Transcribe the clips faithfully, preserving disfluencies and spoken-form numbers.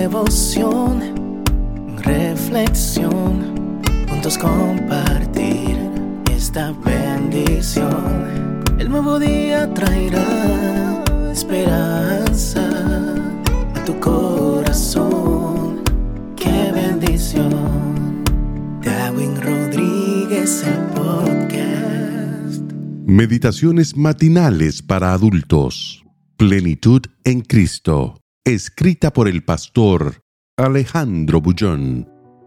devoción, reflexión, juntos compartir esta bendición. El nuevo día traerá esperanza a tu corazón. ¡Qué bendición! Darwin Rodríguez, el podcast. Meditaciones matinales para adultos. Plenitud en Cristo. Escrita por el pastor Alejandro Bullón.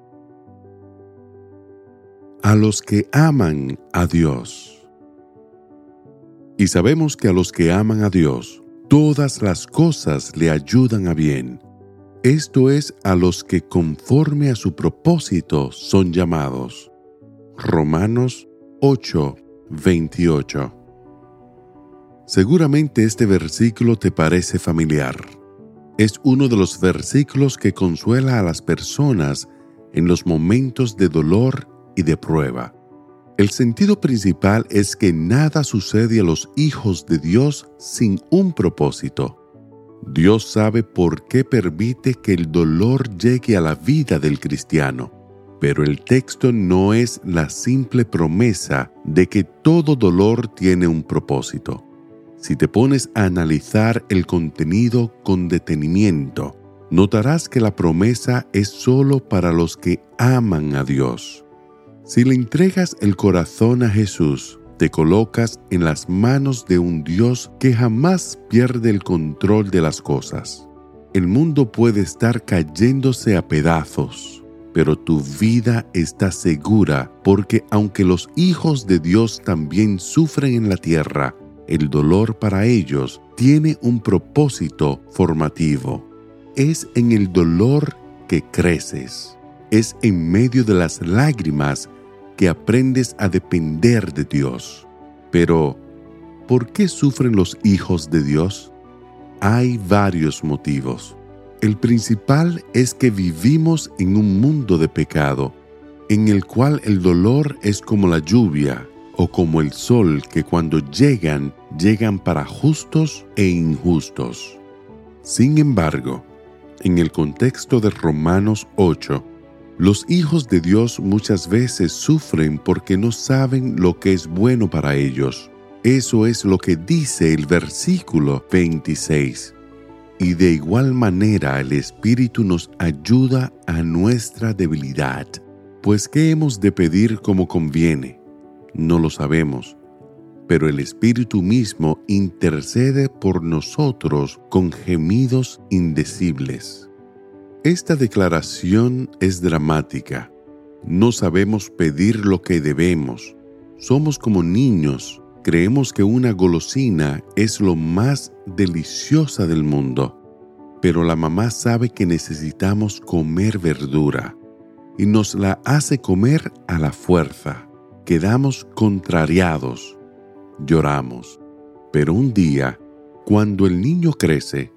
A los que aman a Dios. Y sabemos que a los que aman a Dios, todas las cosas le ayudan a bien. Esto es, a los que conforme a su propósito son llamados. Romanos ocho, veintiocho. Seguramente este versículo te parece familiar. Es uno de los versículos que consuela a las personas en los momentos de dolor y de prueba. El sentido principal es que nada sucede a los hijos de Dios sin un propósito. Dios sabe por qué permite que el dolor llegue a la vida del cristiano, pero el texto no es la simple promesa de que todo dolor tiene un propósito. Si te pones a analizar el contenido con detenimiento, notarás que la promesa es solo para los que aman a Dios. Si le entregas el corazón a Jesús, te colocas en las manos de un Dios que jamás pierde el control de las cosas. El mundo puede estar cayéndose a pedazos, pero tu vida está segura porque aunque los hijos de Dios también sufren en la tierra, el dolor para ellos tiene un propósito formativo. Es en el dolor que creces. Es en medio de las lágrimas que aprendes a depender de Dios. Pero, ¿por qué sufren los hijos de Dios? Hay varios motivos. El principal es que vivimos en un mundo de pecado, en el cual el dolor es como la lluvia o como el sol que cuando llegan, llegan para justos e injustos. Sin embargo, en el contexto de Romanos ocho, los hijos de Dios muchas veces sufren porque no saben lo que es bueno para ellos. Eso es lo que dice el versículo veintiséis. Y de igual manera el Espíritu nos ayuda a nuestra debilidad. Pues ¿qué hemos de pedir como conviene? No lo sabemos, pero el Espíritu mismo intercede por nosotros con gemidos indecibles. Esta declaración es dramática. No sabemos pedir lo que debemos. Somos como niños. Creemos que una golosina es lo más deliciosa del mundo. Pero la mamá sabe que necesitamos comer verdura y nos la hace comer a la fuerza. Quedamos contrariados. Lloramos. Pero un día, cuando el niño crece,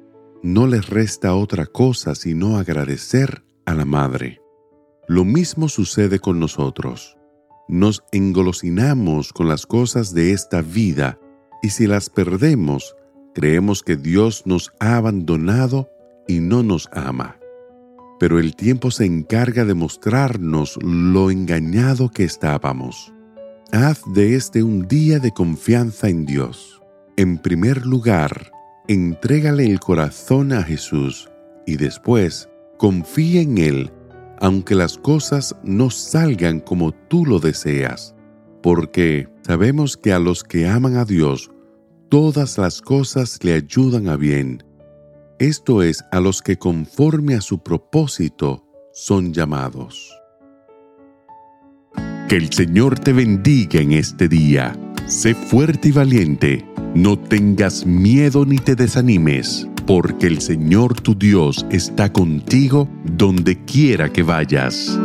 no les resta otra cosa sino agradecer a la madre. Lo mismo sucede con nosotros. Nos engolosinamos con las cosas de esta vida y si las perdemos, creemos que Dios nos ha abandonado y no nos ama. Pero el tiempo se encarga de mostrarnos lo engañado que estábamos. Haz de este un día de confianza en Dios. En primer lugar, entrégale el corazón a Jesús y después confía en Él, aunque las cosas no salgan como tú lo deseas, porque sabemos que a los que aman a Dios, todas las cosas le ayudan a bien. Esto es, a los que conforme a su propósito son llamados. Que el Señor te bendiga en este día. Sé fuerte y valiente. No tengas miedo ni te desanimes, porque el Señor tu Dios está contigo donde quiera que vayas.